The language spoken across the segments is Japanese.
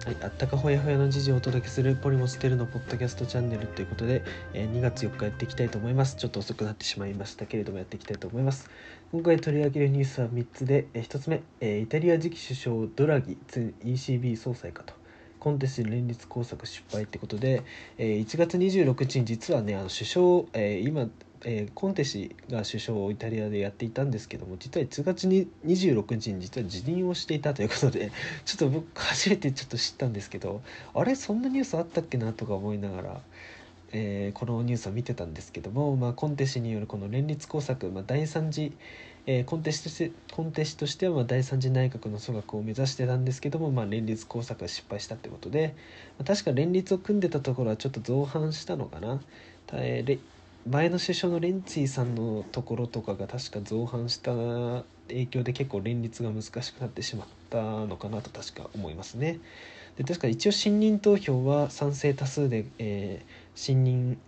はい、あったかほやほやの時事をお届けするポリモステルのポッドキャストチャンネルということで、2月4日やっていきたいと思います。ちょっと遅くなってしまいましたけれどもやっていきたいと思います。今回取り上げるニュースは3つで、1つ目、イタリア次期首相ドラギ ECB 総裁かと、コンテスト連立工作失敗ってことで、1月26日に実はね首相、今コンテ氏が首相をイタリアでやっていたんですけども、実は1月に26日に実は辞任をしていたということで、ちょっと僕初めてちょっと知ったんですけど、あれそんなニュースあったっけなとか思いながら、このニュースを見てたんですけども、コンテ氏によるこの連立工作、第3次、コンテ氏としては第3次内閣の組閣を目指してたんですけども、連立工作が失敗したってことで、確か連立を組んでたところはちょっと造反したのかな。前の首相のレンツィさんのところとかが確か造反した影響で結構連立が難しくなってしまったのかなと確か思いますね。で確か一応信任投票は賛成多数で、信任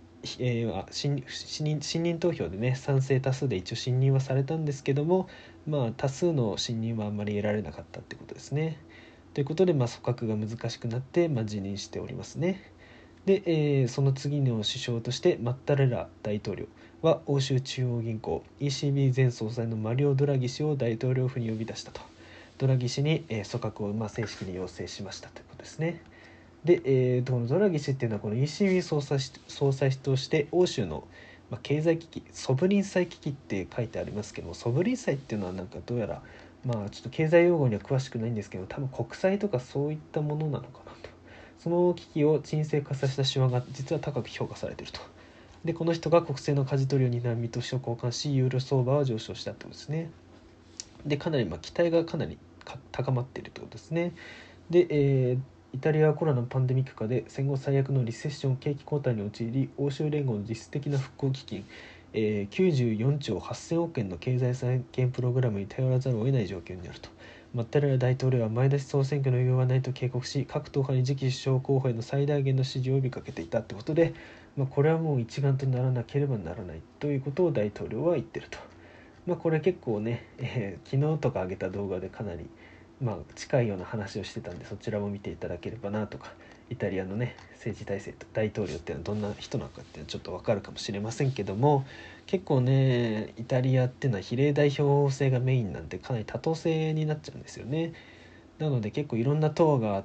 信任投票でね賛成多数で一応信任はされたんですけども、多数の信任はあんまり得られなかったってことですね。ということで、組閣が難しくなって、辞任しておりますね。で、その次の首相としてマッタレラ大統領は欧州中央銀行 ECB 前総裁のマリオ・ドラギ氏を大統領府に呼び出したと。ドラギ氏に、組閣を正式に要請しましたということですね。で、このドラギ氏っていうのはこの ECB 総裁として欧州の、経済危機、ソブリン債危機って書いてありますけども、ソブリン債っていうのはなんかどうやらちょっと経済用語には詳しくないんですけど、多分国債とかそういったものなのかなと。その危機を沈静化させた手腕が実は高く評価されていると。でこの人が国政の舵取りを担う見通しを交換し、ユーロ相場は上昇したってことですね。でかなり期待がかなり高まっているということですね。で、イタリアはコロナのパンデミック下で戦後最悪のリセッション景気後退に陥り、欧州連合の実質的な復興基金、94兆8000億円の経済再建プログラムに頼らざるを得ない状況になると。マッタレラ大統領は前出し総選挙の余裕はないと警告し、各党派に次期首相候補への最大限の支持を呼びかけていたということで、これはもう一丸とならなければならないということを大統領は言ってると。これ結構ね、昨日とか上げた動画でかなり、近いような話をしてたんで、そちらも見ていただければなとか、イタリアのね政治体制と大統領っていうのはどんな人なのかっていうのはちょっと分かるかもしれませんけども、結構ねイタリアっていうのは比例代表制がメインなんでかなり多党制になっちゃうんですよね。なので結構いろんな党があって、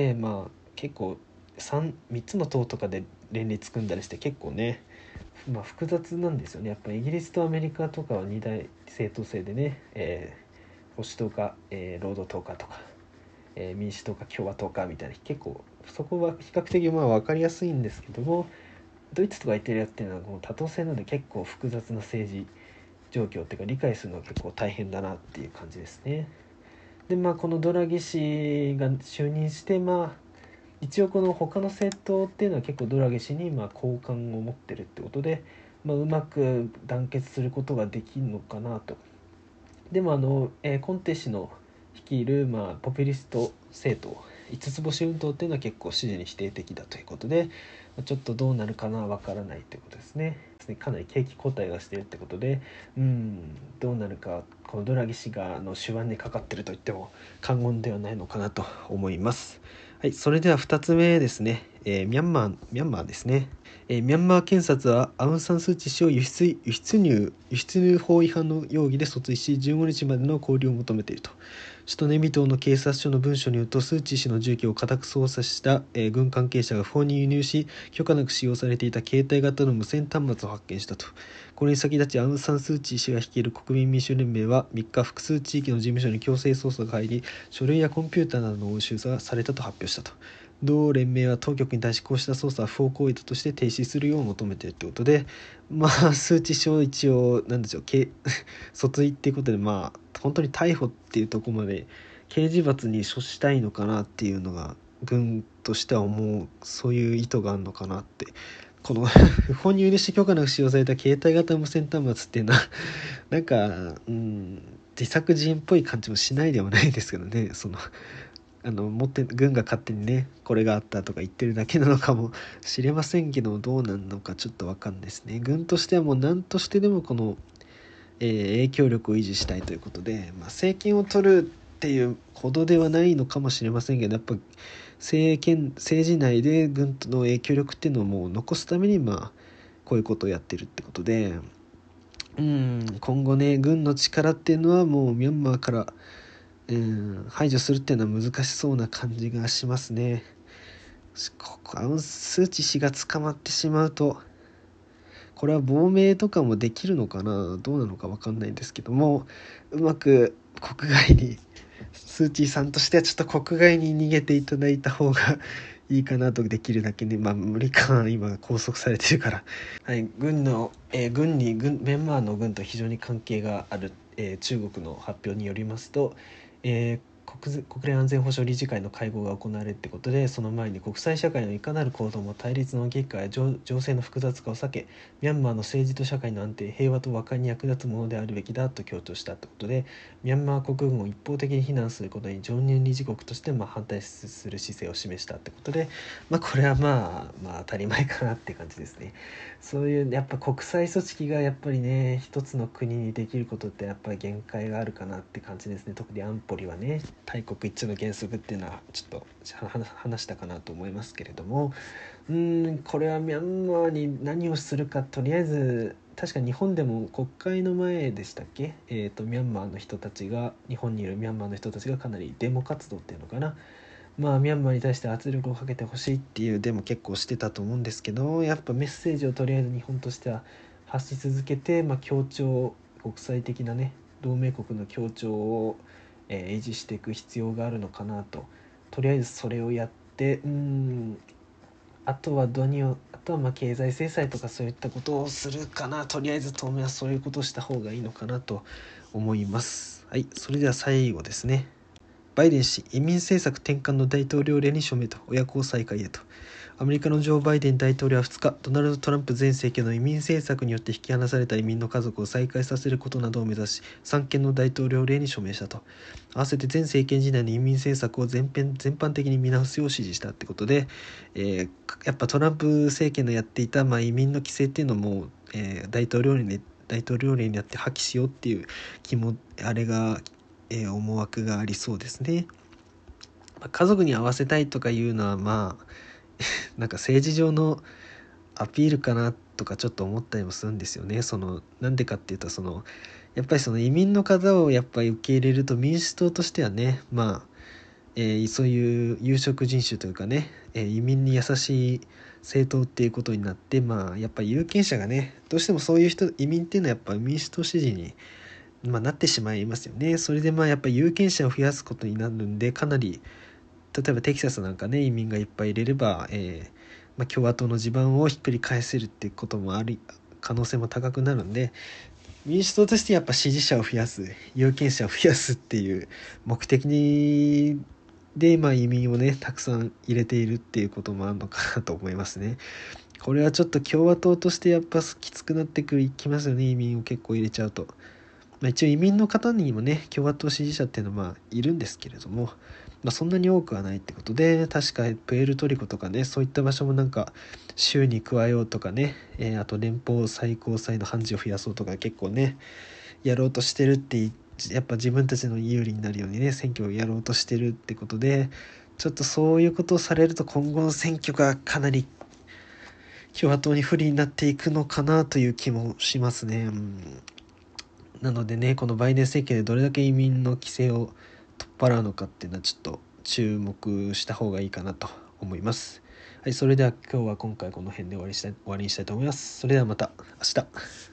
結構3つの党とかで連立組んだりして結構ね、複雑なんですよね。やっぱイギリスとアメリカとかは二大政党制でね、保守党か、労働党かとか、民主党か共和党かみたいな、結構そこは比較的分かりやすいんですけども、ドイツとかイタリアっていうのはもう多党制なので結構複雑な政治状況っていうか理解するのは結構大変だなっていう感じですね。でこのドラギ氏が就任して、一応この他の政党っていうのは結構ドラギ氏に好感を持ってるってことで、うまく団結することができるのかなと。でもコンテ氏の率いる、ポピュリスト政党五つ星運動っていうのは結構支持に否定的だということで、ちょっとどうなるかなわからないということですね。かなり景気後退がしているってことで、どうなるか、このドラギ氏が手腕にかかっていると言っても過言ではないのかなと思います。はい、それでは2つ目ですね。ミャンマーですね。ミャンマー検察はアウン・サン・スー・チー氏を輸出法違反の容疑で訴追し、15日までの勾留を求めていると。首都ネビ島の警察署の文書によると、スー・チー氏の住居を家宅捜査した、軍関係者が不法に輸入し許可なく使用されていた携帯型の無線端末を発見したと。これに先立ちアウン・サン・スー・チー氏が率いる国民民主連盟は3日、複数地域の事務所に強制捜査が入り、書類やコンピューターなどの押収がされたと発表したと。同連盟は当局に対しこうした捜査は不法行為だとして停止するよう求めているということで、数値書一応なんでしょう訴追っていうことで、本当に逮捕っていうところまで刑事罰に処したいのかなっていうのが軍としては思う、そういう意図があるのかなって。この不法に許し許可なく使用された携帯型無線端末っていうのはなんか、自作自演っぽい感じもしないでもないですけどね。軍が勝手にねこれがあったとか言ってるだけなのかもしれませんけど、どうなんのかちょっと分かんないですね。軍としてはもう何としてでもこの、影響力を維持したいということで、政権を取るっていうほどではないのかもしれませんけど、やっぱ政治内で軍の影響力っていうのをもう残すためにこういうことをやってるってことで、今後ね軍の力っていうのはもうミャンマーから、排除するっていうのは難しそうな感じがしますね。アウン・スー・チー氏が捕まってしまうと、これは亡命とかもできるのかな、どうなのか分かんないんですけども、うまく国外に、スー・チーさんとしてはちょっと国外に逃げていただいた方がいいかなと。できるだけね、無理か、今拘束されてるから。はい、ミャンマーの軍と非常に関係がある、中国の発表によりますと、国連安全保障理事会の会合が行われるってことで、その前に国際社会のいかなる行動も対立の激化や情勢の複雑化を避け、ミャンマーの政治と社会の安定、平和と和解に役立つものであるべきだと強調したってことで、ミャンマー国軍を一方的に非難することに常任理事国として反対する姿勢を示したってことで、これは当たり前かなって感じですね。そういうやっぱ国際組織がやっぱりね、一つの国にできることってやっぱり限界があるかなって感じですね。特に安保理はね、大国一致の原則っていうのはちょっと話したかなと思いますけれども、これはミャンマーに何をするか、とりあえず確か日本でも国会の前でしたっけ、ミャンマーの人たちが、日本にいるミャンマーの人たちがかなりデモ活動っていうのかな、ミャンマーに対して圧力をかけてほしいっていうデモ結構してたと思うんですけど、やっぱメッセージをとりあえず日本としては発し続けて、協調、国際的なね同盟国の協調を、維持していく必要があるのかなと。とりあえずそれをやって、あとは経済制裁とかそういったことをするかな。とりあえず当面はそういうことをした方がいいのかなと思います。はい、それでは最後ですね。バイデン氏、移民政策転換の大統領令に署名と、親交再開へと。アメリカのジョー・バイデン大統領は2日、ドナルド・トランプ前政権の移民政策によって引き離された移民の家族を再会させることなどを目指し、3件の大統領令に署名したと。合わせて前政権時代の移民政策を全般的に見直すよう指示したってことで、やっぱトランプ政権のやっていた、移民の規制っていうのも、大統領令によって破棄しようっていう思惑がありそうですね。家族に合わせたいとかいうのはなんか政治上のアピールかなとかちょっと思ったりもするんですよね。なんでかっていうと、やっぱりその移民の方をやっぱり受け入れると、民主党としてはね、そういう有色人種というかね、移民に優しい政党っていうことになって、やっぱり有権者がね、どうしてもそういう移民っていうのはやっぱり民主党支持になってしまいますよね。それでやっぱり有権者を増やすことになるんで、かなり例えばテキサスなんかね、移民がいっぱい入れれば、共和党の地盤をひっくり返せるっていうことも可能性も高くなるんで、民主党としてやっぱ支持者を増やす、有権者を増やすっていう目的で、移民をねたくさん入れているっていうこともあるのかなと思いますね。これはちょっと共和党としてやっぱきつくなってきますよね、移民を結構入れちゃうと。一応移民の方にもね共和党支持者っていうのはいるんですけれども、そんなに多くはないってことで、確かプエルトリコとかね、そういった場所もなんか州に加えようとかね、あと連邦最高裁の判事を増やそうとか結構ねやろうとしてるってやっぱ自分たちの有利になるようにね選挙をやろうとしてるってことで、ちょっとそういうことをされると今後の選挙がかなり共和党に不利になっていくのかなという気もしますね。なのでね、このバイデン政権でどれだけ移民の規制を取っ払うのかっていうのはちょっと注目した方がいいかなと思います。はい、それでは今日は今回この辺で終わりにしたいと思います。それではまた明日。